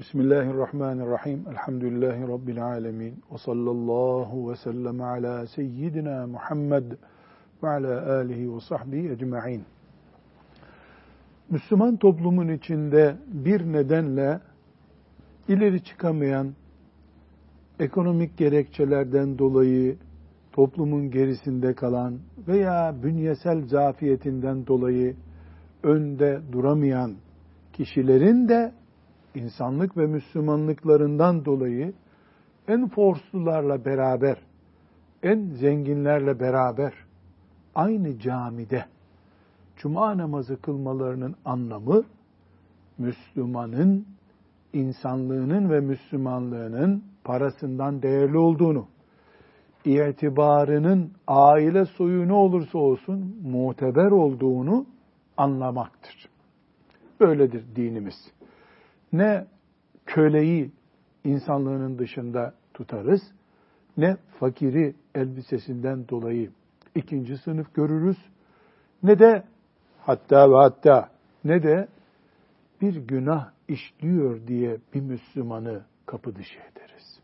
Bismillahirrahmanirrahim. Elhamdülillahi Rabbil alemin. Ve sallallahu ve sellem ala seyyidina Muhammed ve ala alihi ve sahbihi ecma'in. Müslüman toplumun içinde bir nedenle ileri çıkamayan, ekonomik gerekçelerden dolayı toplumun gerisinde kalan veya bünyesel zafiyetinden dolayı önde duramayan kişilerin de insanlık ve Müslümanlıklarından dolayı en forslularla beraber, en zenginlerle beraber aynı camide cuma namazı kılmalarının anlamı, Müslümanın, insanlığının ve Müslümanlığının parasından değerli olduğunu, itibarının aile soyu ne olursa olsun muteber olduğunu anlamaktır. Böyledir dinimiz. Ne köleyi insanlığının dışında tutarız, ne fakiri elbisesinden dolayı ikinci sınıf görürüz, ne de hatta ne de bir günah işliyor diye bir Müslümanı kapı dışı ederiz.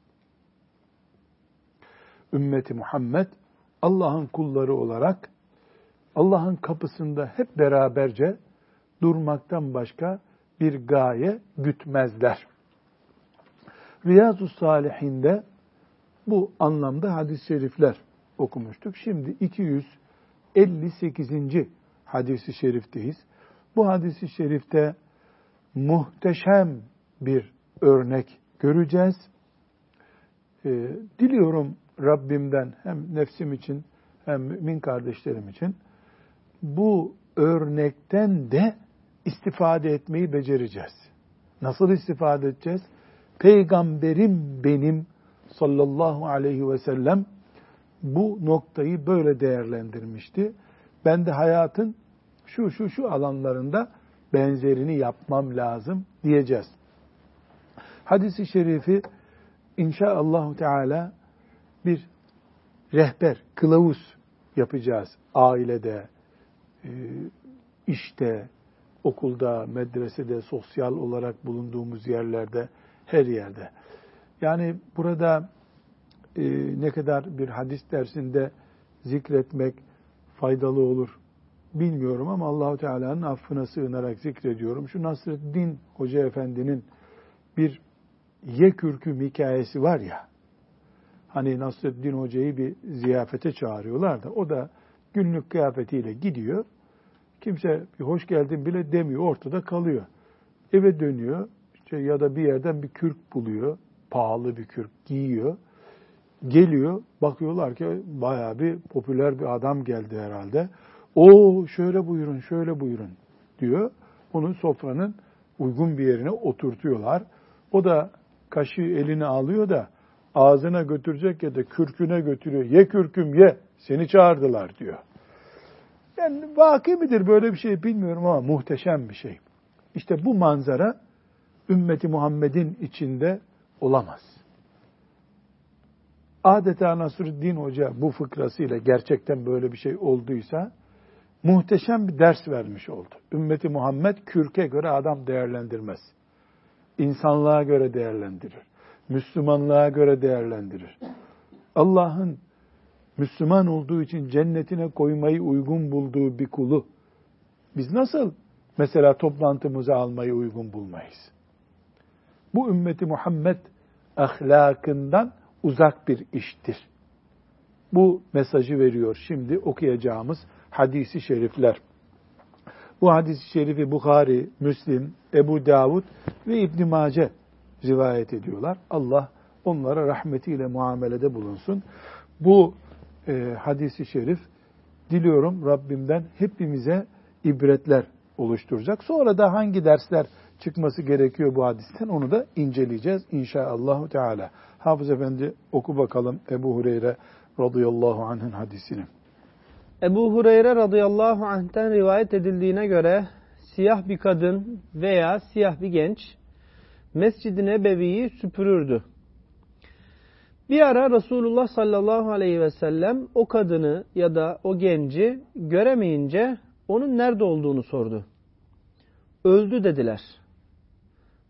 Ümmeti Muhammed Allah'ın kulları olarak Allah'ın kapısında hep beraberce durmaktan başka bir gaye gütmezler. Riyazu Salihin'de bu anlamda hadis-i şerifler okumuştuk. Şimdi 258. hadis-i şerifteyiz. Bu hadis-i şerifte muhteşem bir örnek göreceğiz. Diliyorum Rabbimden hem nefsim için hem mümin kardeşlerim için bu örnekten de istifade etmeyi becereceğiz. Nasıl istifade edeceğiz? Peygamberim benim sallallahu aleyhi ve sellem bu noktayı böyle değerlendirmişti. Ben de hayatın şu alanlarında benzerini yapmam lazım diyeceğiz. Hadis-i şerifi inşaallah Teala bir rehber, kılavuz yapacağız. Ailede, işte, okulda, medresede, sosyal olarak bulunduğumuz yerlerde, her yerde. Yani burada ne kadar bir hadis dersinde zikretmek faydalı olur bilmiyorum ama Allah-u Teala'nın affına sığınarak zikrediyorum. Şu Nasreddin Hoca Efendi'nin bir yekürküm hikayesi var ya, hani Nasreddin Hoca'yı bir ziyafete çağırıyorlar da o da günlük kıyafetiyle gidiyor. Kimse bir hoş geldin bile demiyor, ortada kalıyor. Eve dönüyor ya da bir yerden bir kürk buluyor, pahalı bir kürk giyiyor. Geliyor, bakıyorlar ki bayağı bir popüler bir adam geldi herhalde. O şöyle buyurun diyor. Onu sofranın uygun bir yerine oturtuyorlar. O da kaşığı eline alıyor da ağzına götürecek ya da kürküne götürüyor. Ye kürküm ye, seni çağırdılar diyor. Yani vaki midir böyle bir şey bilmiyorum ama muhteşem bir şey. İşte bu manzara ümmeti Muhammed'in içinde olamaz. Adeta Nasreddin Hoca bu fıkrasıyla gerçekten böyle bir şey olduysa muhteşem bir ders vermiş oldu. Ümmeti Muhammed kürke göre adam değerlendirmez. İnsanlığa göre değerlendirir. Müslümanlığa göre değerlendirir. Allah'ın Müslüman olduğu için cennetine koymayı uygun bulduğu bir kulu biz nasıl mesela toplantımıza almayı uygun bulmayız? Bu ümmeti Muhammed ahlakından uzak bir iştir. Bu mesajı veriyor şimdi okuyacağımız hadis-i şerifler. Bu hadis-i şerifi Bukhari, Müslim, Ebu Davud ve İbn Mace rivayet ediyorlar. Allah onlara rahmetiyle muamelede bulunsun. Bu hadis-i şerif diliyorum Rabbimden hepimize ibretler oluşturacak. Sonra da hangi dersler çıkması gerekiyor bu hadisten onu da inceleyeceğiz inşaallah Teala. Hafız Efendi oku bakalım Ebu Hureyre radıyallahu anh'ın hadisini. Ebu Hureyre radıyallahu anh'ten rivayet edildiğine göre siyah bir kadın veya siyah bir genç Mescid-i Nebevi'yi süpürürdü. Bir ara Resulullah sallallahu aleyhi ve sellem o kadını ya da o genci göremeyince onun nerede olduğunu sordu. Öldü dediler.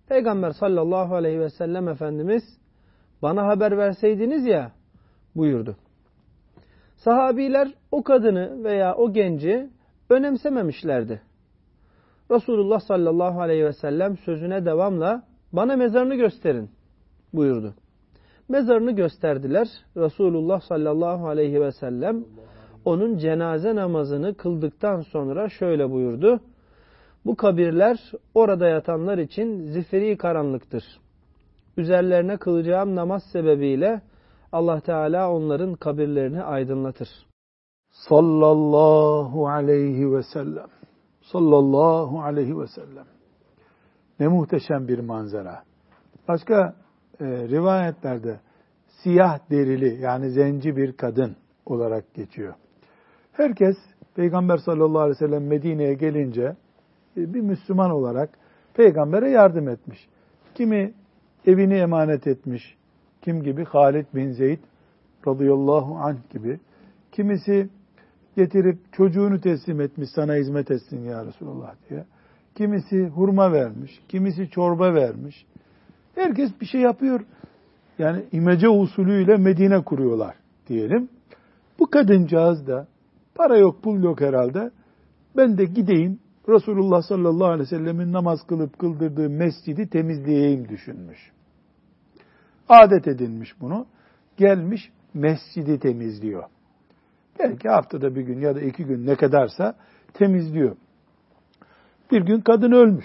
Peygamber sallallahu aleyhi ve sellem Efendimiz bana haber verseydiniz ya buyurdu. Sahabiler o kadını veya o genci önemsememişlerdi. Resulullah sallallahu aleyhi ve sellem sözüne devamla bana mezarını gösterin buyurdu. Mezarını gösterdiler. Resulullah sallallahu aleyhi ve sellem onun cenaze namazını kıldıktan sonra şöyle buyurdu. Bu kabirler orada yatanlar için zifiri karanlıktır. Üzerlerine kılacağım namaz sebebiyle Allah Teala onların kabirlerini aydınlatır. Sallallahu aleyhi ve sellem. Sallallahu aleyhi ve sellem. Ne muhteşem bir manzara. Başka rivayetlerde siyah derili yani zenci bir kadın olarak geçiyor. Herkes Peygamber sallallahu aleyhi ve sellem Medine'ye gelince bir Müslüman olarak Peygamber'e yardım etmiş. Kimi evini emanet etmiş. Kim gibi? Halid bin Zeyd radıyallahu anh gibi. Kimisi getirip çocuğunu teslim etmiş, sana hizmet etsin ya Resulallah diye. Kimisi hurma vermiş, kimisi çorba vermiş. Herkes bir şey yapıyor. Yani imece usulüyle Medine kuruyorlar diyelim. Bu kadıncağız da para yok, pul yok herhalde. Ben de gideyim Resulullah sallallahu aleyhi ve sellemin namaz kılıp kıldırdığı mescidi temizleyeyim düşünmüş. Adet edinmiş bunu. Gelmiş mescidi temizliyor. Belki haftada bir gün ya da 2 gün ne kadarsa temizliyor. Bir gün kadın ölmüş.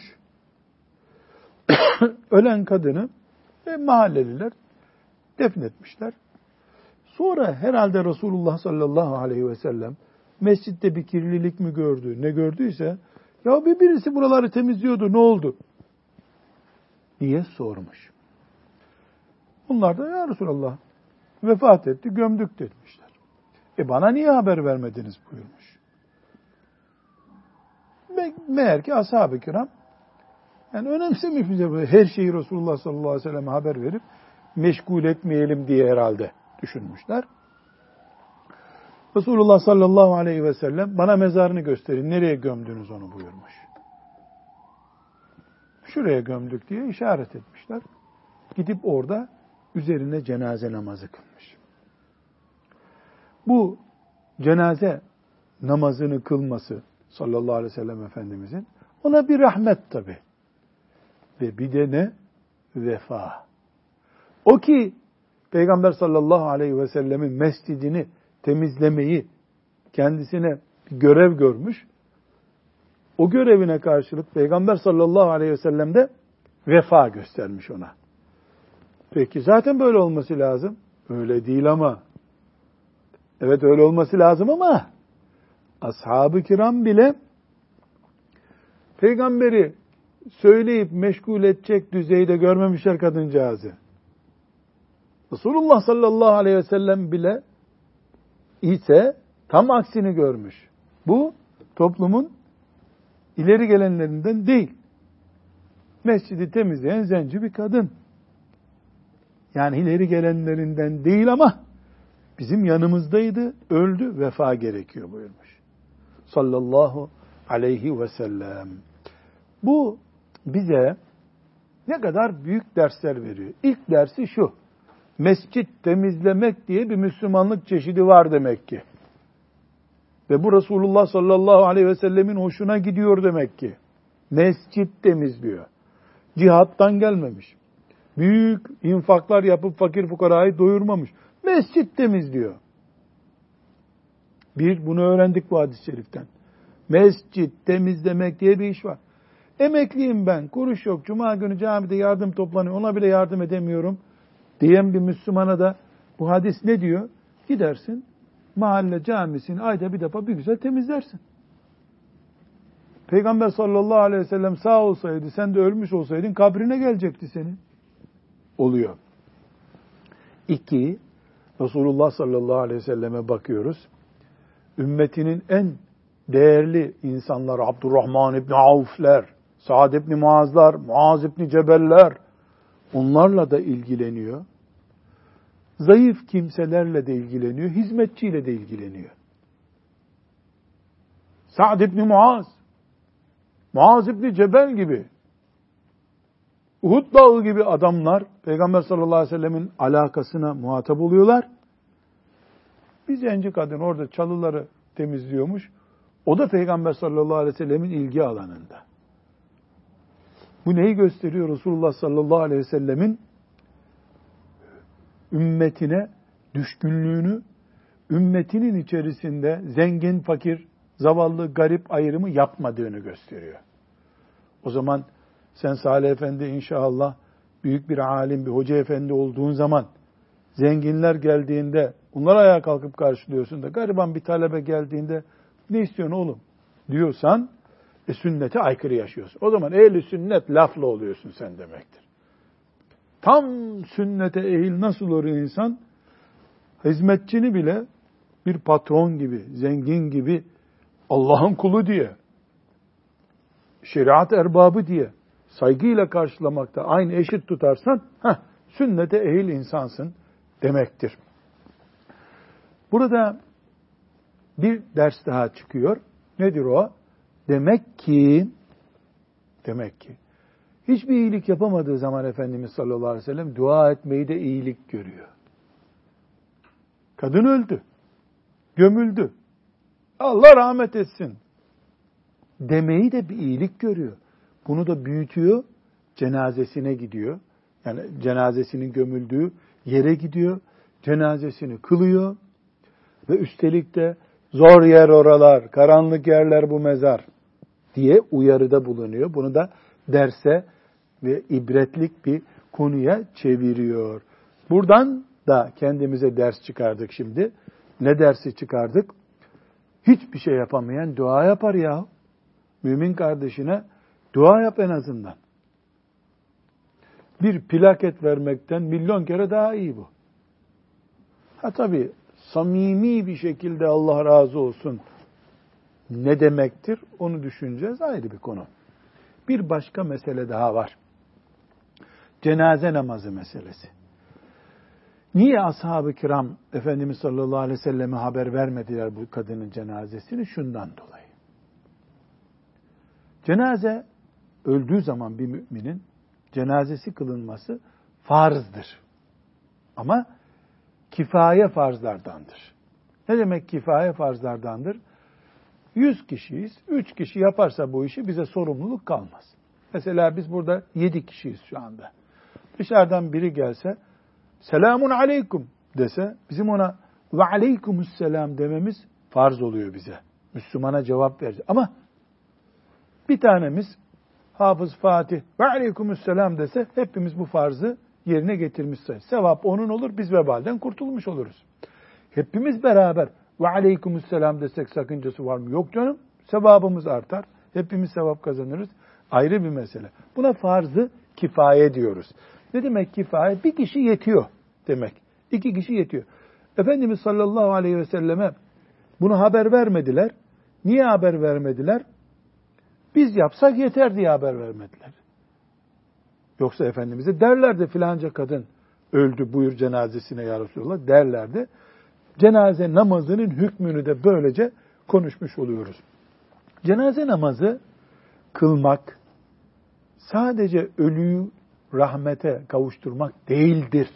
Ölen kadını mahalleliler defnetmişler. Sonra herhalde Resulullah sallallahu aleyhi ve sellem mescitte bir kirlilik mi gördü, ne gördüyse ya birisi buraları temizliyordu, ne oldu diye sormuş. Bunlar da ya Resulallah vefat etti, gömdük demişler. Bana niye haber vermediniz buyurmuş. Meğer ki ashab-ı kiram yani önemsemiş bize her şeyi Resulullah sallallahu aleyhi ve sellem'e haber verip meşgul etmeyelim diye herhalde düşünmüşler. Resulullah sallallahu aleyhi ve sellem bana mezarını gösterin, nereye gömdünüz onu buyurmuş. Şuraya gömdük diye işaret etmişler. Gidip orada üzerine cenaze namazı kılmış. Bu cenaze namazını kılması sallallahu aleyhi ve sellem Efendimizin ona bir rahmet tabi. Ve bir de ne? Vefa. O ki Peygamber sallallahu aleyhi ve sellemin mescidini temizlemeyi kendisine bir görev görmüş. O görevine karşılık Peygamber sallallahu aleyhi ve sellem de vefa göstermiş ona. Peki zaten böyle olması lazım. Öyle değil ama. Evet öyle olması lazım ama ashab-ı kiram bile Peygamberi söyleyip meşgul edecek düzeyde görmemişler kadıncağızı. Resulullah sallallahu aleyhi ve sellem bile ise tam aksini görmüş. Bu toplumun ileri gelenlerinden değil. Mescidi temizleyen zenci bir kadın. Yani ileri gelenlerinden değil ama bizim yanımızdaydı, öldü, vefa gerekiyor buyurmuş. Sallallahu aleyhi ve sellem. Bu bize ne kadar büyük dersler veriyor. İlk dersi şu. Mescit temizlemek diye bir Müslümanlık çeşidi var demek ki. Ve bu Resulullah sallallahu aleyhi ve sellemin hoşuna gidiyor demek ki. Mescit temizliyor. Cihattan gelmemiş. Büyük infaklar yapıp fakir fukarayı doyurmamış. Mescit temizliyor. Bunu öğrendik bu hadis-i şeriften. Mescit temizlemek diye bir iş var. Emekliyim ben, kuruş yok, cuma günü camide yardım toplanıyor, ona bile yardım edemiyorum diyen bir Müslümana da bu hadis ne diyor? Gidersin, mahalle camisini ayda bir defa bir güzel temizlersin. Peygamber sallallahu aleyhi ve sellem sağ olsaydı, sen de ölmüş olsaydın kabrine gelecekti senin. Oluyor. 2, Resulullah sallallahu aleyhi ve selleme bakıyoruz. Ümmetinin en değerli insanlar, Abdurrahman İbni Avf'ler, Sa'd İbni Muaz'lar, Muaz İbni Cebel'ler, onlarla da ilgileniyor. Zayıf kimselerle de ilgileniyor, hizmetçiyle de ilgileniyor. Sa'd İbni Muaz, Muaz İbni Cebel gibi Uhud dağı gibi adamlar Peygamber sallallahu aleyhi ve sellemin alakasına muhatap oluyorlar. Bir zenci kadın orada çalıları temizliyormuş. O da Peygamber sallallahu aleyhi ve sellemin ilgi alanında. Bu neyi gösteriyor? Resulullah sallallahu aleyhi ve sellemin ümmetine düşkünlüğünü, ümmetinin içerisinde zengin, fakir, zavallı, garip ayrımı yapmadığını gösteriyor. O zaman sen Salih Efendi inşallah büyük bir alim, bir hoca efendi olduğun zaman zenginler geldiğinde onlara ayağa kalkıp karşılıyorsun da gariban bir talebe geldiğinde ne istiyorsun oğlum diyorsan sünnete aykırı yaşıyorsun. O zaman ehli sünnet lafla oluyorsun sen demektir. Tam sünnete ehil nasıl olur insan? Hizmetçini bile bir patron gibi, zengin gibi, Allah'ın kulu diye, şeriat erbabı diye saygıyla karşılamakta aynı eşit tutarsan, sünnete ehil insansın demektir. Burada bir ders daha çıkıyor. Nedir o? Demek ki hiçbir iyilik yapamadığı zaman Efendimiz sallallahu aleyhi ve sellem dua etmeyi de iyilik görüyor. Kadın öldü, gömüldü. Allah rahmet etsin demeyi de bir iyilik görüyor. Bunu da büyütüyor, cenazesine gidiyor. Yani cenazesinin gömüldüğü yere gidiyor, cenazesini kılıyor ve üstelik de zor yer oralar, karanlık yerler bu mezar diye uyarıda bulunuyor. Bunu da derse ve ibretlik bir konuya çeviriyor. Buradan da kendimize ders çıkardık şimdi. Ne dersi çıkardık? Hiçbir şey yapamayan dua yapar ya. Mümin kardeşine dua yap en azından. Bir plaket vermekten milyon kere daha iyi bu. Tabii samimi bir şekilde Allah razı olsun ne demektir? Onu düşüneceğiz, ayrı bir konu. Bir başka mesele daha var. Cenaze namazı meselesi. Niye ashab-ı kiram Efendimiz sallallahu aleyhi ve selleme haber vermediler bu kadının cenazesini? Şundan dolayı. Cenaze, öldüğü zaman bir müminin cenazesi kılınması farzdır. Ama kifaye farzlardandır. Ne demek kifaye farzlardandır? 100 kişiyiz, 3 kişi yaparsa bu işi bize sorumluluk kalmaz. Mesela biz burada 7 kişiyiz şu anda. Dışarıdan biri gelse, selamun aleyküm dese, bizim ona ve aleykümüsselam dememiz farz oluyor bize. Müslümana cevap verecek. Ama bir tanemiz Hafız Fatih ve aleykümüsselam dese, hepimiz bu farzı yerine getirmişse, sevap onun olur, biz vebalden kurtulmuş oluruz. Hepimiz beraber ve aleykümüsselam desek sakıncası var mı? Yok canım. Sevabımız artar. Hepimiz sevap kazanırız. Ayrı bir mesele. Buna farz-ı kifaye diyoruz. Ne demek kifaye? Bir kişi yetiyor demek. 2 kişi yetiyor. Efendimiz sallallahu aleyhi ve selleme bunu haber vermediler. Niye haber vermediler? Biz yapsak yeter diye haber vermediler. Yoksa Efendimiz'e derlerdi filanca kadın öldü buyur cenazesine ya Resulallah derlerdi. Cenaze namazının hükmünü de böylece konuşmuş oluyoruz. Cenaze namazı kılmak sadece ölüyü rahmete kavuşturmak değildir.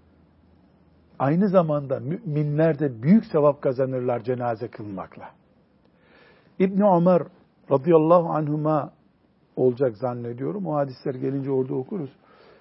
Aynı zamanda müminler de büyük sevap kazanırlar cenaze kılmakla. İbn Ömer radıyallahu anhuma olacak zannediyorum. O hadisler gelince orada okuruz.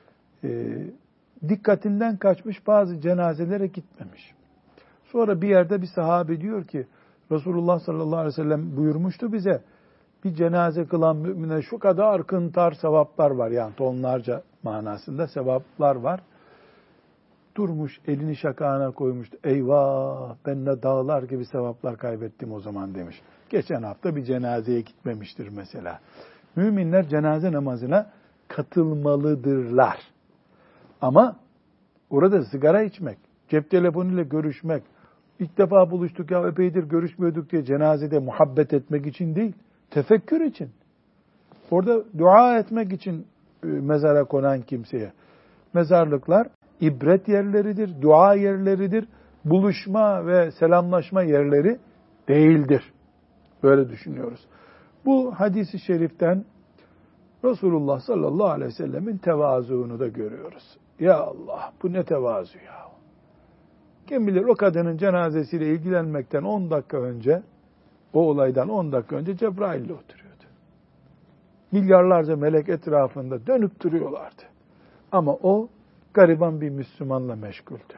Dikkatinden kaçmış, bazı cenazelere gitmemiş. Sonra bir yerde bir sahabe diyor ki Resulullah sallallahu aleyhi ve sellem buyurmuştu bize, bir cenaze kılan mümine şu kadar kıntar sevaplar var. Yani tonlarca manasında sevaplar var. Durmuş, elini şakağına koymuştu. Eyvah, ben de dağlar gibi sevaplar kaybettim o zaman demiş. Geçen hafta bir cenazeye gitmemiştir mesela. Müminler cenaze namazına katılmalıdırlar. Ama orada sigara içmek, cep telefonuyla görüşmek, ilk defa buluştuk ya epeydir görüşmüyorduk diye cenazede muhabbet etmek için değil, tefekkür için. Orada dua etmek için mezara konan kimseye. Mezarlıklar ibret yerleridir, dua yerleridir, buluşma ve selamlaşma yerleri değildir. Böyle düşünüyoruz. Bu hadis-i şeriften Resulullah sallallahu aleyhi ve sellemin tevazuunu da görüyoruz. Ya Allah, bu ne tevazu ya. Kim bilir o kadının cenazesiyle ilgilenmekten 10 dakika önce, o olaydan 10 dakika önce Cebrail'le oturuyordu. Milyarlarca melek etrafında dönüp duruyorlardı. Ama o gariban bir Müslümanla meşguldü.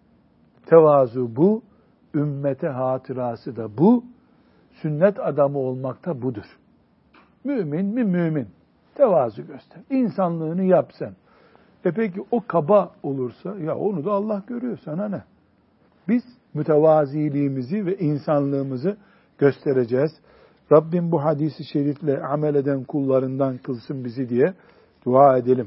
Tevazu bu, ümmete hatırası da bu, sünnet adamı olmak da budur. Mümin mi mümin? Tevazu göster. İnsanlığını yap sen. Peki o kaba olursa, ya onu da Allah görüyor, sana ne? Biz mütevaziliğimizi ve insanlığımızı göstereceğiz. Rabbim bu hadisi şerifle amel eden kullarından kılsın bizi diye dua edelim.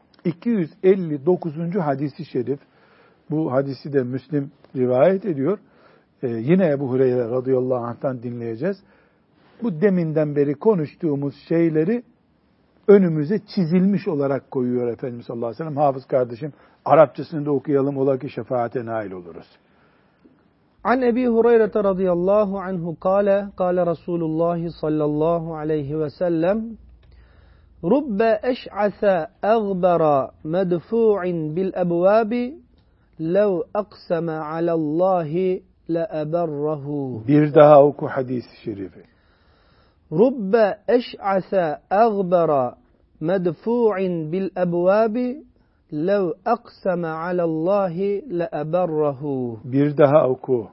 259. hadisi şerif, bu hadisi de Müslim rivayet ediyor. Yine Ebu Hureyre radıyallahu anh'tan dinleyeceğiz. Bu deminden beri konuştuğumuz şeyleri önümüze çizilmiş olarak koyuyor Efendimiz sallallahu aleyhi ve sellem. Hafız kardeşim, Arapçasını da okuyalım, ola ki şefaate nail oluruz. An Ebi Hureyre radıyallahu anhu kâle Resulullah sallallahu aleyhi ve sellem Rubbe eş'ase eğbera medfu'in bil ebvâbi lev akseme alallahi le'eberrahu. Bir daha oku hadis-i şerifi. Rubbe eş'ase eğbera medfu'in bil ebvâbi lev akseme alallahi le'eberrahu. Bir daha oku.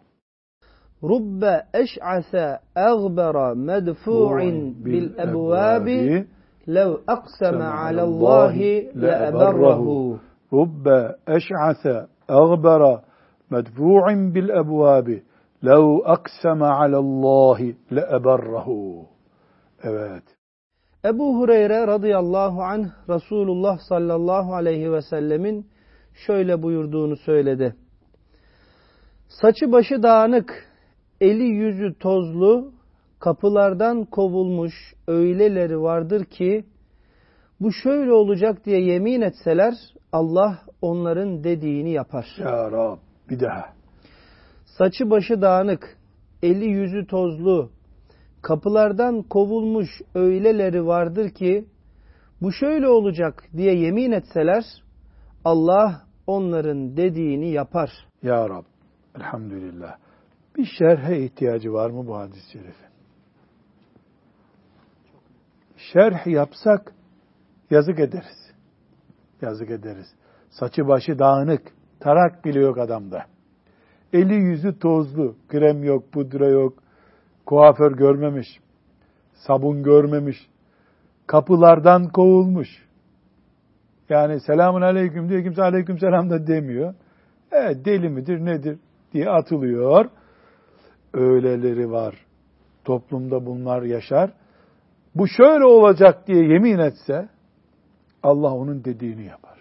Rubbe eş'ase eğbera medfu'in bil ebvâbi lev akseme alallahi le'eberrahu. Rubbe eş'ase eğbera medfu'in bil ebvâbi lev akseme alallahi le'eberrahu. Evet. Ebu Hureyre radıyallahu anh Resulullah sallallahu aleyhi ve sellemin şöyle buyurduğunu söyledi. Saçı başı dağınık, eli yüzü tozlu, kapılardan kovulmuş öyleleri vardır ki bu şöyle olacak diye yemin etseler Allah onların dediğini yapar. Ya Rab, bir daha. Saçı başı dağınık, eli yüzü tozlu, kapılardan kovulmuş öyleleri vardır ki bu şöyle olacak diye yemin etseler Allah onların dediğini yapar. Ya Rab, elhamdülillah. Bir şerhe ihtiyacı var mı bu hadis-i şerifin? Şerh yapsak yazık ederiz. Yazık ederiz. Saçı başı dağınık, tarak bile yok adamda. Eli yüzü tozlu, krem yok, pudra yok, kuaför görmemiş, sabun görmemiş, kapılardan kovulmuş. Yani selamun aleyküm diyor, kimse aleyküm selam da demiyor. Deli midir nedir diye atılıyor. Öyleleri var. Toplumda bunlar yaşar. Bu şöyle olacak diye yemin etse Allah onun dediğini yapar.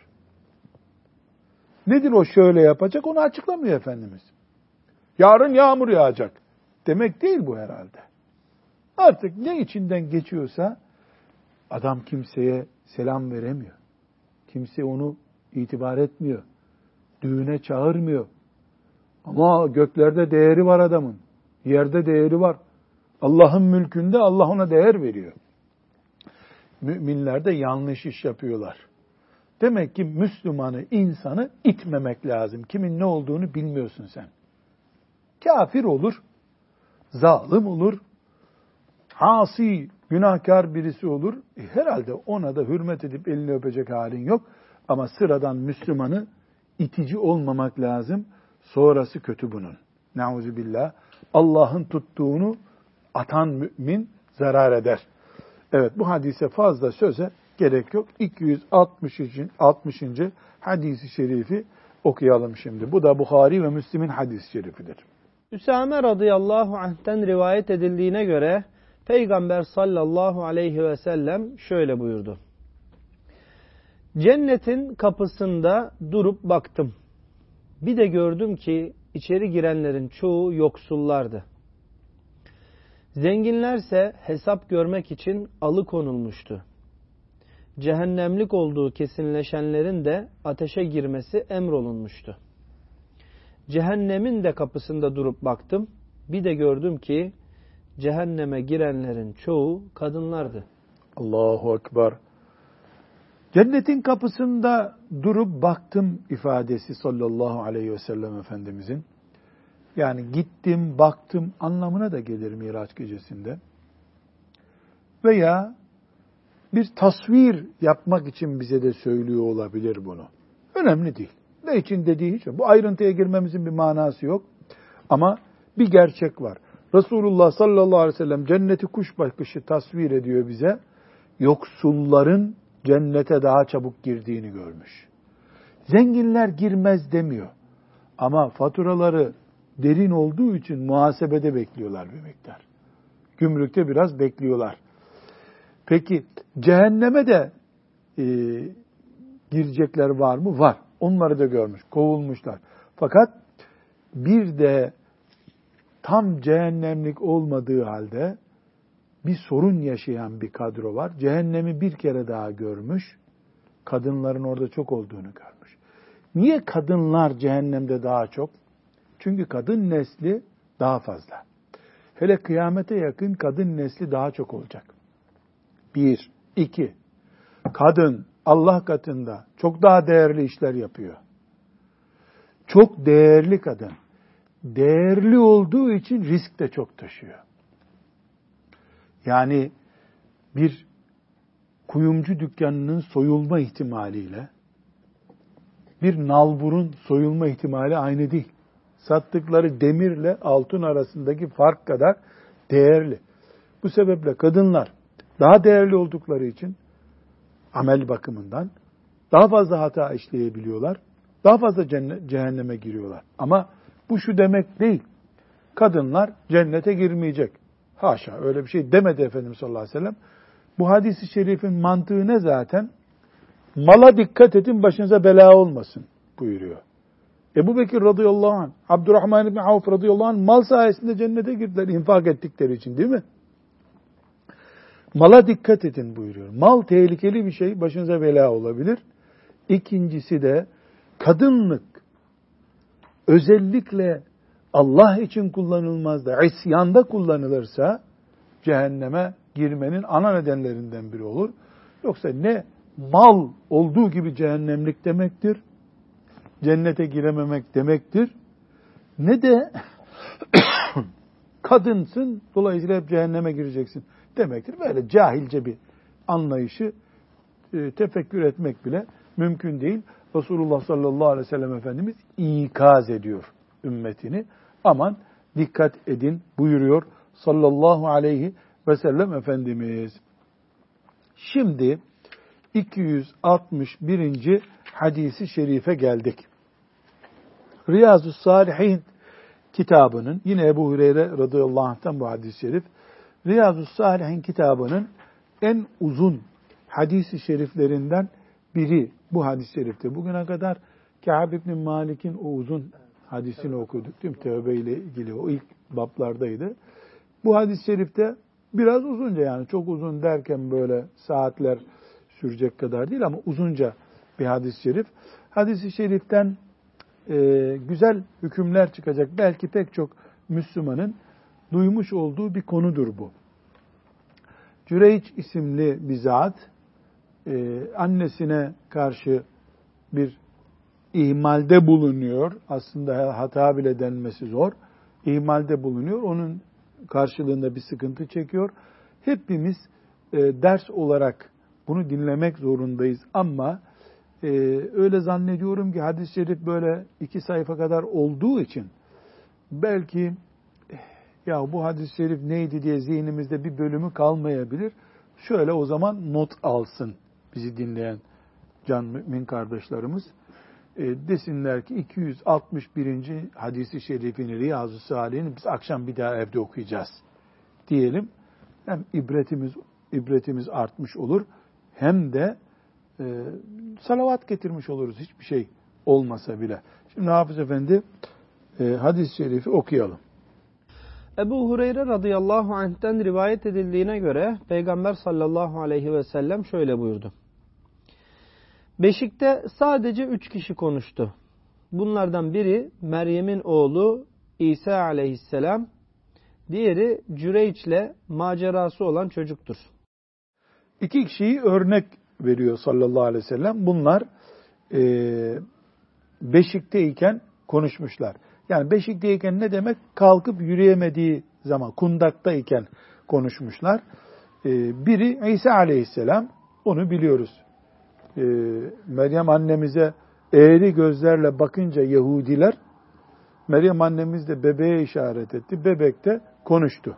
Nedir o şöyle yapacak? Onu açıklamıyor Efendimiz. Yarın yağmur yağacak demek değil bu herhalde. Artık ne içinden geçiyorsa adam kimseye selam veremiyor. Kimse onu itibar etmiyor. Düğüne çağırmıyor. Ama göklerde değeri var adamın. Yerde değeri var. Allah'ın mülkünde Allah ona değer veriyor. Müminler de yanlış iş yapıyorlar. Demek ki Müslümanı, insanı itmemek lazım. Kimin ne olduğunu bilmiyorsun sen. Kafir olur, zalim olur, asi, günahkar birisi olur. Herhalde ona da hürmet edip elini öpecek halin yok. Ama sıradan Müslümanı itici olmamak lazım. Sonrası kötü bunun. Nauzubillah. Allah'ın tuttuğunu atan mümin zarar eder. Evet, bu hadise fazla söze gerek yok. 260. hadis-i şerifi okuyalım şimdi. Bu da Buhari ve Müslim'in hadis-i şerifidir. Üsame radıyallahu anh'ten rivayet edildiğine göre Peygamber sallallahu aleyhi ve sellem şöyle buyurdu. Cennetin kapısında durup baktım. Bir de gördüm ki içeri girenlerin çoğu yoksullardı. Zenginlerse hesap görmek için alıkonulmuştu. Cehennemlik olduğu kesinleşenlerin de ateşe girmesi emrolunmuştu. Cehennemin de kapısında durup baktım. Bir de gördüm ki cehenneme girenlerin çoğu kadınlardı. Allahu Ekber. Cennetin kapısında durup baktım ifadesi sallallahu aleyhi ve sellem Efendimizin. Yani gittim, baktım anlamına da gelir Miraç gecesinde. Veya bir tasvir yapmak için bize de söylüyor olabilir bunu. Önemli değil. Ne için dediği hiç yok. Bu ayrıntıya girmemizin bir manası yok. Ama bir gerçek var. Resulullah sallallahu aleyhi ve sellem cenneti kuş bakışı tasvir ediyor bize. Yoksulların cennete daha çabuk girdiğini görmüş. Zenginler girmez demiyor. Ama faturaları derin olduğu için muhasebede bekliyorlar bir miktar. Gümrükte biraz bekliyorlar. Peki cehenneme de girecekler var mı? Var. Onları da görmüş, kovulmuşlar. Fakat bir de tam cehennemlik olmadığı halde bir sorun yaşayan bir kadro var. Cehennemi bir kere daha görmüş. Kadınların orada çok olduğunu görmüş. Niye kadınlar cehennemde daha çok? Çünkü kadın nesli daha fazla. Hele kıyamete yakın kadın nesli daha çok olacak. 1, 2. Kadın Allah katında çok daha değerli işler yapıyor. Çok değerli kadın. Değerli olduğu için risk de çok taşıyor. Yani bir kuyumcu dükkanının soyulma ihtimaliyle bir nalburun soyulma ihtimali aynı değil. Sattıkları demirle altın arasındaki fark kadar değerli. Bu sebeple kadınlar daha değerli oldukları için amel bakımından daha fazla hata işleyebiliyorlar. Daha fazla cehenneme giriyorlar. Ama bu şu demek değil. Kadınlar cennete girmeyecek. Haşa öyle bir şey demedi Efendimiz sallallahu aleyhi ve sellem. Bu hadis-i şerifin mantığı ne zaten? Mala dikkat edin başınıza bela olmasın buyuruyor. Ebu Bekir radıyallahu anh, Abdurrahman ibn Avf radıyallahu anh mal sayesinde cennete girdiler infak ettikleri için değil mi? Mala dikkat edin buyuruyor. Mal tehlikeli bir şey, başınıza bela olabilir. İkincisi de kadınlık özellikle Allah için kullanılmaz da isyanda kullanılırsa cehenneme girmenin ana nedenlerinden biri olur. Yoksa ne mal olduğu gibi cehennemlik demektir, cennete girememek demektir, ne de kadınsın dolayısıyla hep cehenneme gireceksin demektir. Böyle cahilce bir anlayışı tefekkür etmek bile mümkün değil. Resulullah sallallahu aleyhi ve sellem Efendimiz ikaz ediyor ümmetini. Aman dikkat edin buyuruyor sallallahu aleyhi ve sellem Efendimiz. Şimdi 261. hadisi şerife geldik. Riyazu's-Salihin kitabının, yine Ebu Hureyre radıyallahu anh'tan bu hadis-i şerif, Riyazu's-Salihin kitabının en uzun hadis-i şeriflerinden biri bu hadis-i şerifte. Bugüne kadar Kâb ibn Malik'in o uzun hadisini okuduk değil mi? Tevbe ile ilgili o ilk bablardaydı. Bu hadis-i şerifte biraz uzunca, yani çok uzun derken böyle saatler sürecek kadar değil ama uzunca bir hadis-i şerif. Hadis-i şeriften güzel hükümler çıkacak. Belki pek çok Müslümanın duymuş olduğu bir konudur bu. Cüreyç isimli bir zat annesine karşı bir ihmalde bulunuyor. Aslında hata bile denmesi zor. İhmalde bulunuyor. Onun karşılığında bir sıkıntı çekiyor. Hepimiz ders olarak bunu dinlemek zorundayız ama öyle zannediyorum ki hadis-i şerif böyle 2 sayfa kadar olduğu için belki ya bu hadis-i şerif neydi diye zihnimizde bir bölümü kalmayabilir. Şöyle o zaman not alsın bizi dinleyen can mümin kardeşlerimiz. Desinler ki 261. hadis-i şerifini Riyazu's-Salihin'i biz akşam bir daha evde okuyacağız diyelim. Hem ibretimiz artmış olur hem de salavat getirmiş oluruz hiçbir şey olmasa bile. Şimdi Hafız Efendi hadis-i şerifi okuyalım. Ebu Hureyre radıyallahu anh'ten rivayet edildiğine göre Peygamber sallallahu aleyhi ve sellem şöyle buyurdu. Beşikte sadece 3 kişi konuştu. Bunlardan biri Meryem'in oğlu İsa aleyhisselam, diğeri Cüreyç'le macerası olan çocuktur. 2 kişiyi örnek veriyor sallallahu aleyhi ve sellem. Bunlar beşikteyken konuşmuşlar. Yani beşikteyken ne demek? Kalkıp yürüyemediği zaman, kundaktayken konuşmuşlar. Biri İsa aleyhisselam, onu biliyoruz. Meryem annemize eğri gözlerle bakınca Yahudiler, Meryem annemiz de bebeğe işaret etti. Bebek de konuştu.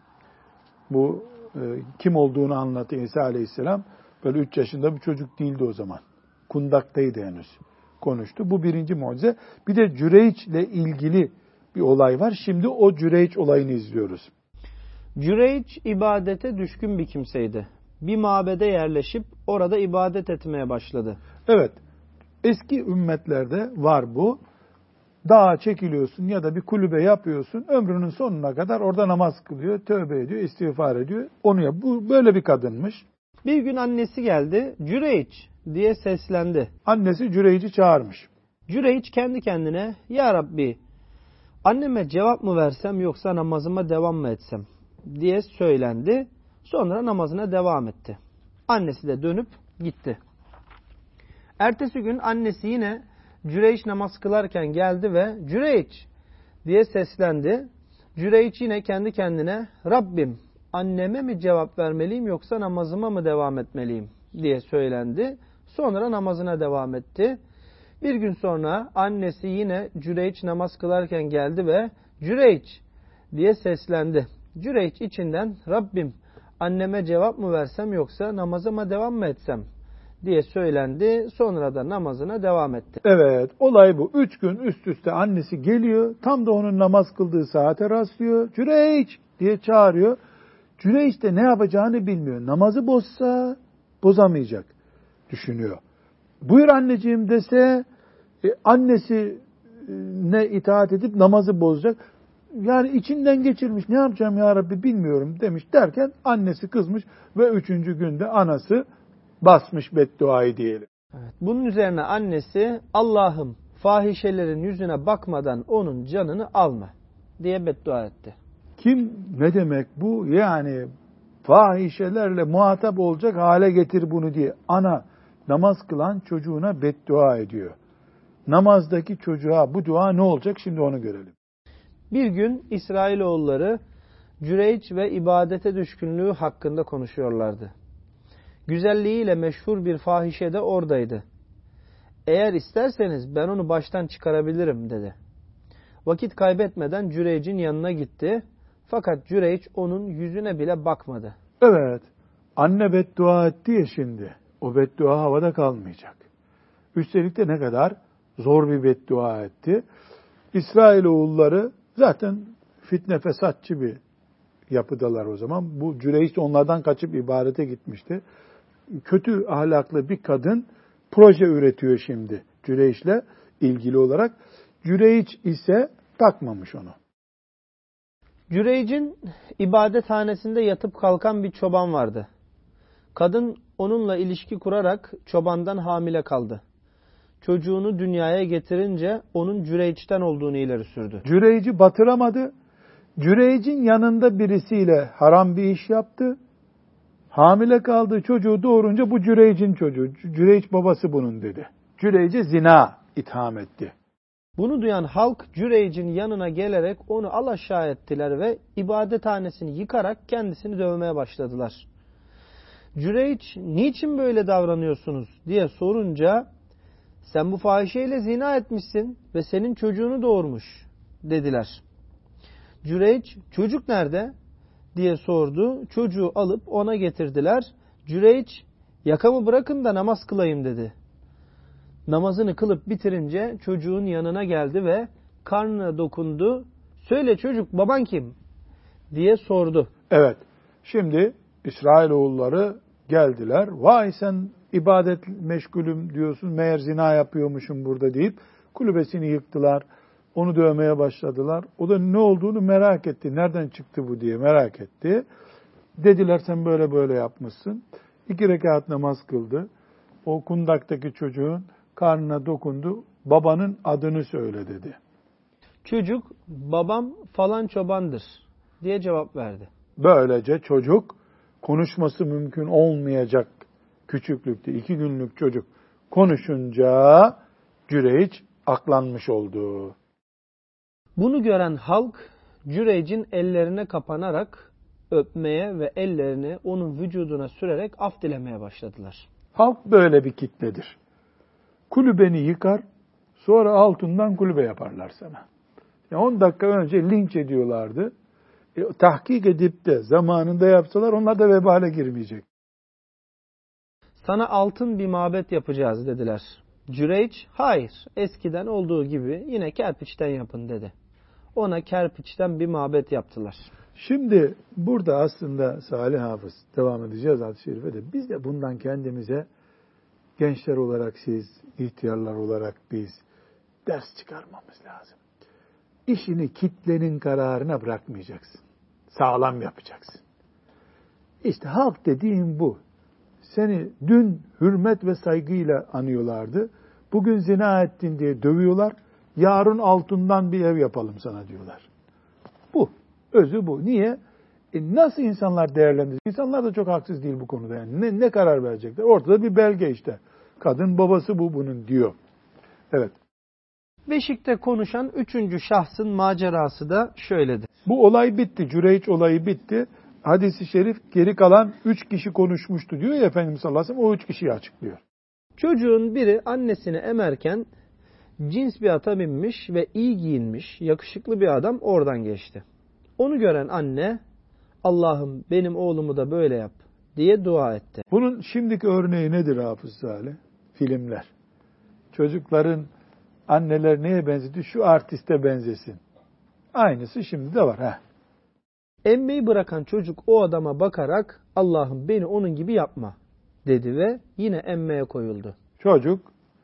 Bu kim olduğunu anlattı İsa aleyhisselam. Böyle 3 yaşında bir çocuk değildi o zaman. Kundaktaydı henüz. Konuştu. Bu birinci mucize. Bir de Cüreyç ile ilgili bir olay var. Şimdi o Cüreyç olayını izliyoruz. Cüreyç ibadete düşkün bir kimseydi. Bir mabede yerleşip orada ibadet etmeye başladı. Evet. Eski ümmetlerde var bu. Dağa çekiliyorsun ya da bir kulübe yapıyorsun. Ömrünün sonuna kadar orada namaz kılıyor, tövbe ediyor, istiğfar ediyor. Onu yap. Bu böyle bir kadınmış. Bir gün annesi geldi. Cüreyç diye seslendi. Annesi Cüreyç'i çağırmış. Cüreyç kendi kendine, ya Rabbi, anneme cevap mı versem yoksa namazıma devam mı etsem diye söylendi. Sonra namazına devam etti. Annesi de dönüp gitti. Ertesi gün annesi yine Cüreyç namaz kılarken geldi ve Cüreyç diye seslendi. Cüreyç yine kendi kendine, Rabbim, anneme mi cevap vermeliyim yoksa namazıma mı devam etmeliyim diye söylendi. Sonra namazına devam etti. Bir gün sonra annesi yine Cüreyç namaz kılarken geldi ve Cüreyç diye seslendi. Cüreyç içinden, Rabbim, anneme cevap mı versem yoksa namazıma devam mı etsem diye söylendi. Sonra da namazına devam etti. Evet, olay bu. 3 gün üst üste annesi geliyor. Tam da onun namaz kıldığı saate rastlıyor. Cüreyç diye çağırıyor. Cüreyç de ne yapacağını bilmiyor. Namazı bozsa bozamayacak düşünüyor. Buyur anneciğim dese annesi ne itaat edip namazı bozacak. Yani içinden geçirmiş, ne yapacağım ya Rabbi bilmiyorum demiş derken annesi kızmış ve 3. günde anası basmış bedduayı diyelim. Evet, bunun üzerine annesi, Allah'ım fahişelerin yüzüne bakmadan onun canını alma diye beddua etti. Kim ne demek bu? Yani fahişelerle muhatap olacak hale getir bunu diye. Ana namaz kılan çocuğuna beddua ediyor. Namazdaki çocuğa bu dua ne olacak? Şimdi onu görelim. Bir gün İsrailoğulları Cüreyç ve ibadete düşkünlüğü hakkında konuşuyorlardı. Güzelliğiyle meşhur bir fahişe de oradaydı. Eğer isterseniz ben onu baştan çıkarabilirim dedi. Vakit kaybetmeden Cüreyç'in yanına gitti. Fakat Cüreyç onun yüzüne bile bakmadı. Evet, anne beddua etti ya şimdi. O beddua havada kalmayacak. Üstelik de ne kadar zor bir beddua etti. İsrailoğulları zaten fitne fesatçı bir yapıdalar o zaman. Bu Cüreyç onlardan kaçıp ibadete gitmişti. Kötü ahlaklı bir kadın proje üretiyor şimdi Cüreyç'le ilgili olarak. Cüreyç ise takmamış onu. Cüreyç'in ibadethanesinde yatıp kalkan bir çoban vardı. Kadın onunla ilişki kurarak çobandan hamile kaldı. Çocuğunu dünyaya getirince onun Cüreyç'ten olduğunu ileri sürdü. Cüreyç'i batıramadı. Cüreyç'in yanında birisiyle haram bir iş yaptı. Hamile kaldığı çocuğu doğurunca bu Cüreyç'in çocuğu. Cüreyç babası bunun dedi. Cüreyç'e zina itham etti. Bunu duyan halk Cüreyç'in yanına gelerek onu alaşağı ettiler ve ibadethanesini yıkarak kendisini dövmeye başladılar. Cüreyç, niçin böyle davranıyorsunuz diye sorunca, sen bu fahişeyle zina etmişsin ve senin çocuğunu doğurmuş dediler. Cüreyç, çocuk nerede diye sordu. Çocuğu alıp ona getirdiler. Cüreyç, yakamı bırakın da namaz kılayım dedi. Namazını kılıp bitirince çocuğun yanına geldi ve karnına dokundu. Söyle çocuk, baban kim diye sordu. Evet, şimdi İsrailoğulları geldiler. Vay sen ibadet meşgulüm diyorsun, meğer zina yapıyormuşum burada deyip kulübesini yıktılar. Onu dövmeye başladılar. O da ne olduğunu merak etti. Nereden çıktı bu diye merak etti. Dediler sen böyle böyle yapmışsın. 2 rekat namaz kıldı. O kundaktaki çocuğun karnına dokundu. Babanın adını söyle dedi. Çocuk, babam falan çobandır diye cevap verdi. Böylece çocuk konuşması mümkün olmayacak küçüklükte 2 günlük çocuk konuşunca Cüreyç aklanmış oldu. Bunu gören halk Cüreyc'in ellerine kapanarak öpmeye ve ellerini onun vücuduna sürerek af dilemeye başladılar. Halk böyle bir kitledir. Kulübeni yıkar, sonra altından kulübe yaparlar sana. 10 dakika önce linç ediyorlardı. Tahkik edip de zamanında yapsalar onlar da vebale girmeyecek. Sana altın bir mabet yapacağız dediler. Cüreyç, hayır, eskiden olduğu gibi yine kerpiçten yapın dedi. Ona kerpiçten bir mabet yaptılar. Şimdi burada aslında Salih Hafız, devam edeceğiz hadis-i şerife de, biz de bundan kendimize gençler olarak siz, ihtiyarlar olarak biz ders çıkarmamız lazım. İşini kitlenin kararına bırakmayacaksın. Sağlam yapacaksın. İşte halk dediğim bu. Seni dün hürmet ve saygıyla anıyorlardı. Bugün zina ettin diye dövüyorlar. Yarın altından bir ev yapalım sana diyorlar. Bu. Özü bu. Niye? Nasıl insanlar değerlendirir? İnsanlar da çok haksız değil bu konuda. Yani ne karar verecekler? Ortada bir belge işte. Kadın babası bu bunun diyor. Evet. Beşik'te konuşan 3. şahsın macerası da şöyledir. Bu olay bitti. Cüreyç olayı bitti. Hadis-i şerif geri kalan 3 kişi konuşmuştu diyor ya Efendimiz sallallahu aleyhi ve sellem, o 3 kişiyi açıklıyor. Çocuğun biri annesini emerken cins bir ata binmiş ve iyi giyinmiş, yakışıklı bir adam oradan geçti. Onu gören anne, Allah'ım benim oğlumu da böyle yap diye dua etti. Bunun şimdiki örneği nedir Hafız Salih? Filmler. Çocukların anneler neye benzedi? Şu artiste benzesin. Aynısı şimdi de var. Emmeyi bırakan çocuk o adama bakarak Allah'ım beni onun gibi yapma dedi ve yine emmeye koyuldu. Çocuk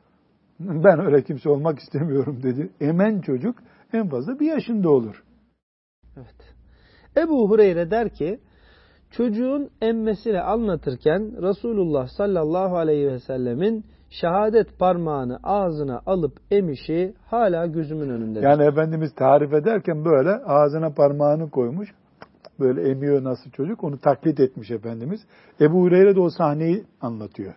ben öyle kimse olmak istemiyorum dedi. Emen çocuk en fazla 1 yaşında olur. Evet. Ebu Hureyre der ki çocuğun emmesiyle anlatırken Resulullah sallallahu aleyhi ve sellemin şehadet parmağını ağzına alıp emişi hala gözümün önündedir. Yani Efendimiz tarif ederken böyle ağzına parmağını koymuş. Böyle emiyor nasıl çocuk, onu taklit etmiş Efendimiz. Ebu Hureyre de o sahneyi anlatıyor.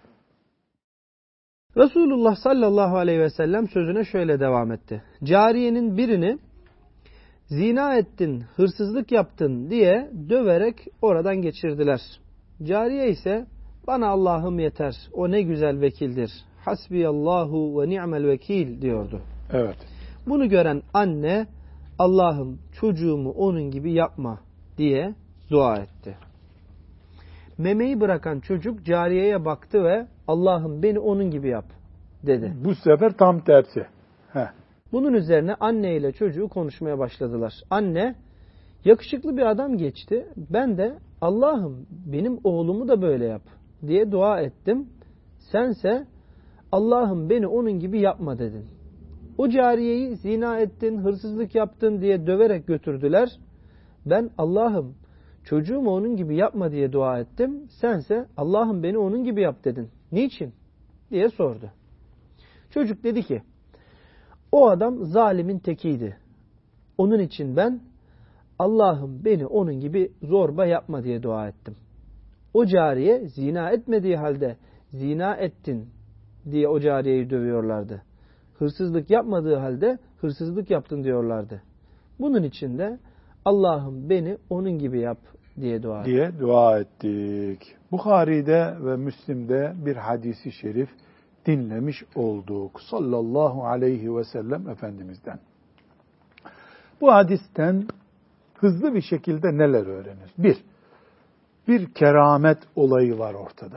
Resulullah sallallahu aleyhi ve sellem sözüne şöyle devam etti. Cariyenin birini zina ettin, hırsızlık yaptın diye döverek oradan geçirdiler. Cariye ise bana Allah'ım yeter, o ne güzel vekildir. Hasbiyallahu ve ni'mel vekil diyordu. Evet. Bunu gören anne Allah'ım çocuğumu onun gibi yapma diye dua etti. Memeyi bırakan çocuk cariyeye baktı ve Allah'ım beni onun gibi yap dedi. Bu sefer tam tersi. Bunun üzerine anne ile çocuğu konuşmaya başladılar. Anne, yakışıklı bir adam geçti. Ben de Allah'ım benim oğlumu da böyle yap diye dua ettim. Sense Allah'ım beni onun gibi yapma dedin. O cariyeyi zina ettin, hırsızlık yaptın diye döverek götürdüler. Ben Allah'ım çocuğumu onun gibi yapma diye dua ettim. Sense Allah'ım beni onun gibi yap dedin. Niçin? diye sordu. Çocuk dedi ki, o adam zalimin tekiydi. Onun için ben Allah'ım beni onun gibi zorba yapma diye dua ettim. O cariye zina etmediği halde zina ettin diye o cariyeyi dövüyorlardı. Hırsızlık yapmadığı halde hırsızlık yaptın diyorlardı. Bunun için de Allah'ım beni onun gibi yap diye dua ettik. Bukhari'de ve Müslim'de bir hadisi şerif dinlemiş olduk. Sallallahu aleyhi ve sellem Efendimiz'den. Bu hadisten hızlı bir şekilde neler öğreniriz? Bir keramet olayı var ortada.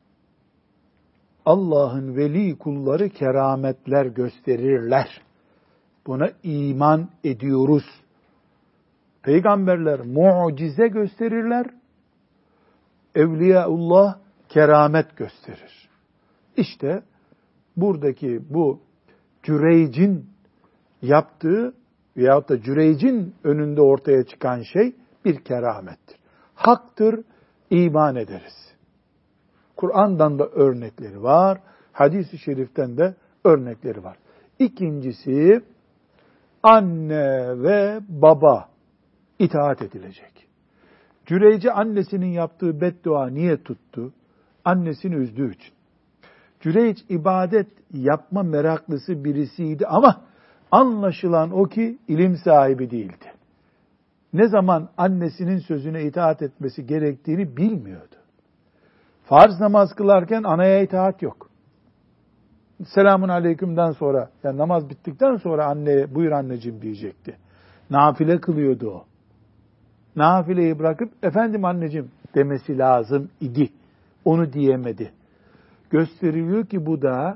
Allah'ın veli kulları kerametler gösterirler. Buna iman ediyoruz. Peygamberler mucize gösterirler. Evliyaullah keramet gösterir. İşte buradaki bu Cüreyc'in yaptığı veyahut da Cüreyc'in önünde ortaya çıkan şey bir keramettir. Haktır, iman ederiz. Kur'an'dan da örnekleri var, hadis-i şeriften de örnekleri var. İkincisi, anne ve baba itaat edilecek. Cüreyc'e annesinin yaptığı beddua niye tuttu? Annesini üzdüğü için. Cüreyç ibadet yapma meraklısı birisiydi ama anlaşılan o ki ilim sahibi değildi. Ne zaman annesinin sözüne itaat etmesi gerektiğini bilmiyordu. Farz namaz kılarken anaya itaat yok. Selamun aleykümden sonra, yani namaz bittikten sonra anneye buyur anneciğim diyecekti. Nafile kılıyordu o. Nafileyi bırakıp efendim anneciğim demesi lazım idi. Onu diyemedi. Gösteriliyor ki bu da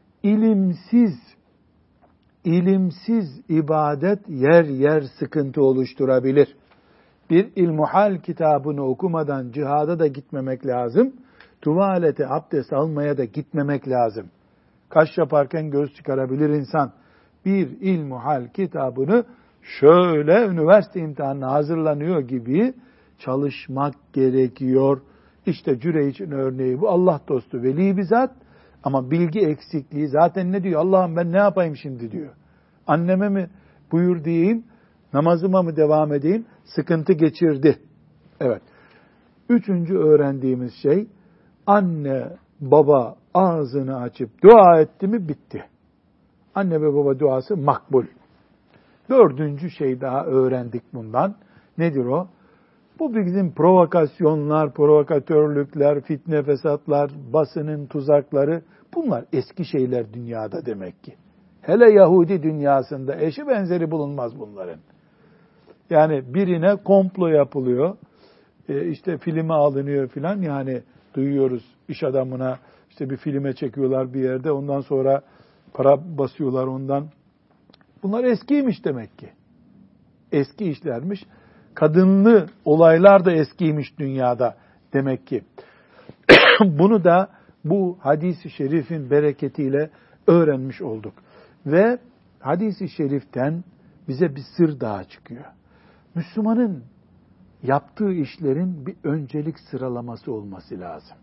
ilimsiz ibadet yer yer sıkıntı oluşturabilir. Bir ilmuhal kitabını okumadan cihada da gitmemek lazım. Tuvalete abdest almaya da gitmemek lazım. Kaş yaparken göz çıkarabilir insan. Bir ilmuhal kitabını şöyle üniversite imtihanına hazırlanıyor gibi çalışmak gerekiyor. İşte Cüreyç'in örneği bu. Allah dostu veli bir zat ama bilgi eksikliği. Zaten ne diyor? Allah'ım ben ne yapayım şimdi diyor. Anneme mi buyur diyeyim, namazıma mı devam edeyim? Sıkıntı geçirdi. Evet. Üçüncü öğrendiğimiz şey, anne baba ağzını açıp dua etti mi bitti. Anne ve baba duası makbul. Dördüncü şey daha öğrendik bundan. Nedir o? Bu bizim provokasyonlar, provokatörlükler, fitne fesatlar, basının tuzakları, bunlar eski şeyler dünyada demek ki. Hele Yahudi dünyasında eşi benzeri bulunmaz bunların. Yani birine komplo yapılıyor, işte filme alınıyor filan, yani duyuyoruz iş adamına işte bir filme çekiyorlar bir yerde, ondan sonra para basıyorlar ondan. Bunlar eskiymiş demek ki. Eski işlermiş. Kadınlı olaylar da eskiymiş dünyada demek ki. Bunu da bu hadis-i şerifin bereketiyle öğrenmiş olduk. Ve hadis-i şeriften bize bir sır daha çıkıyor. Müslümanın yaptığı işlerin bir öncelik sıralaması olması lazım.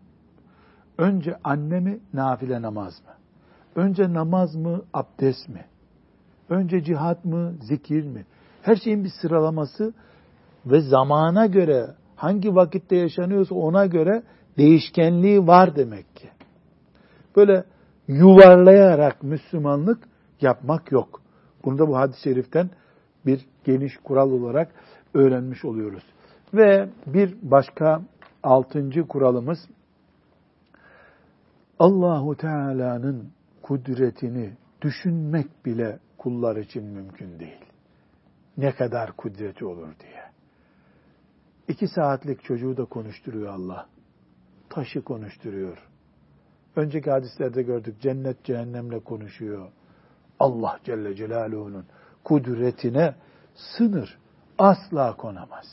Önce anne mi, nafile namaz mı? Önce namaz mı, abdest mi? Önce cihat mı, zikir mi? Her şeyin bir sıralaması ve zamana göre, hangi vakitte yaşanıyorsa ona göre değişkenliği var demek ki. Böyle yuvarlayarak Müslümanlık yapmak yok. Bunu da bu hadis-i şeriften bir geniş kural olarak öğrenmiş oluyoruz. Ve bir başka 6. kuralımız, Allahu Teala'nın kudretini düşünmek bile kullar için mümkün değil. Ne kadar kudreti olur diye. 2 saatlik çocuğu da konuşturuyor Allah. Taşı konuşturuyor. Önceki hadislerde gördük, cennet cehennemle konuşuyor. Allah Celle Celaluhu'nun kudretine sınır asla konamaz.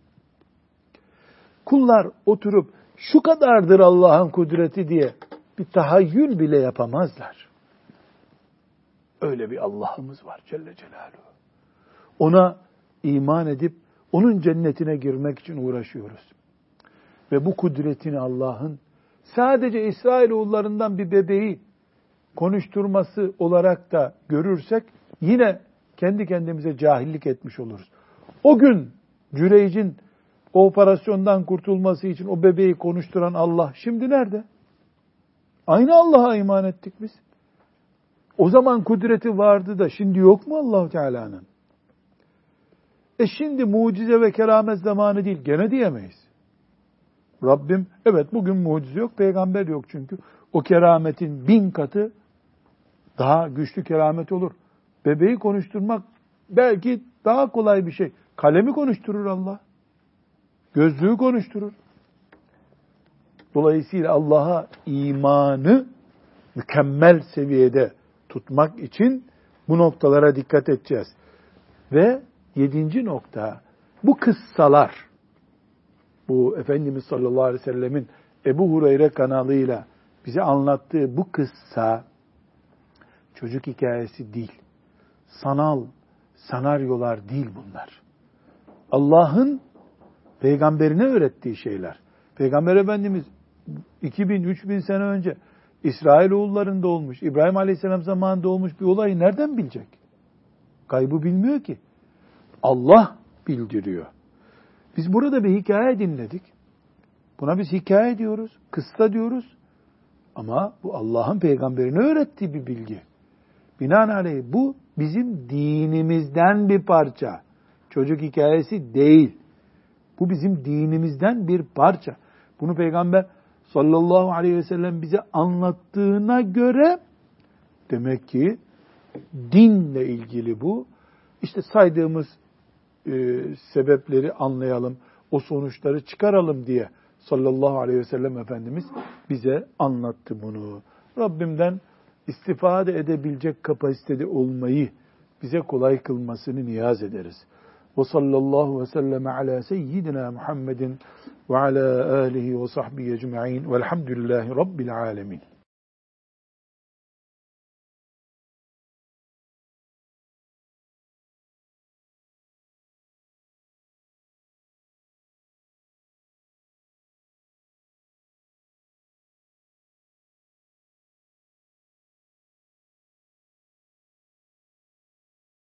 Kullar oturup şu kadardır Allah'ın kudreti diye bir tahayyül bile yapamazlar. Öyle bir Allah'ımız var Celle Celaluhu. Ona iman edip onun cennetine girmek için uğraşıyoruz. Ve bu kudretini Allah'ın sadece İsrailoğullarından bir bebeği konuşturması olarak da görürsek yine kendi kendimize cahillik etmiş oluruz. O gün Cüreyc'in o operasyondan kurtulması için o bebeği konuşturan Allah şimdi nerede? Aynı Allah'a iman ettik biz. O zaman kudreti vardı da şimdi yok mu Allah-u Teala'nın? Şimdi mucize ve keramet zamanı değil, gene diyemeyiz. Rabbim, evet bugün mucize yok, peygamber yok çünkü. O kerametin 1000 katı daha güçlü keramet olur. Bebeği konuşturmak belki daha kolay bir şey. Kalemi konuşturur Allah. Gözlüğü konuşturur. Dolayısıyla Allah'a imanı mükemmel seviyede tutmak için bu noktalara dikkat edeceğiz. Ve 7. nokta, bu kıssalar, bu Efendimiz sallallahu aleyhi ve sellemin Ebu Hureyre kanalıyla bize anlattığı bu kıssa çocuk hikayesi değil. Sanal senaryolar değil bunlar. Allah'ın peygamberine öğrettiği şeyler. Peygamber Efendimiz 2000-3000 sene önce İsrailoğullarında olmuş, İbrahim Aleyhisselam zamanında olmuş bir olayı nereden bilecek? Gaybı bilmiyor ki. Allah bildiriyor. Biz burada bir hikaye dinledik. Buna biz hikaye diyoruz, kıssa diyoruz. Ama bu Allah'ın peygamberine öğrettiği bir bilgi. Binaenaleyh bu bizim dinimizden bir parça. Çocuk hikayesi değil. Bu bizim dinimizden bir parça. Bunu Peygamber sallallahu aleyhi ve sellem bize anlattığına göre demek ki dinle ilgili bu. İşte saydığımız sebepleri anlayalım, o sonuçları çıkaralım diye sallallahu aleyhi ve sellem Efendimiz bize anlattı bunu. Rabbimden istifade edebilecek kapasitede olmayı bize kolay kılmasını niyaz ederiz. Ve sallallahu ve sellem ala seyyidina Muhammedin ve ala alihi ve sahbihi ecma'in velhamdülillahi rabbil alemin.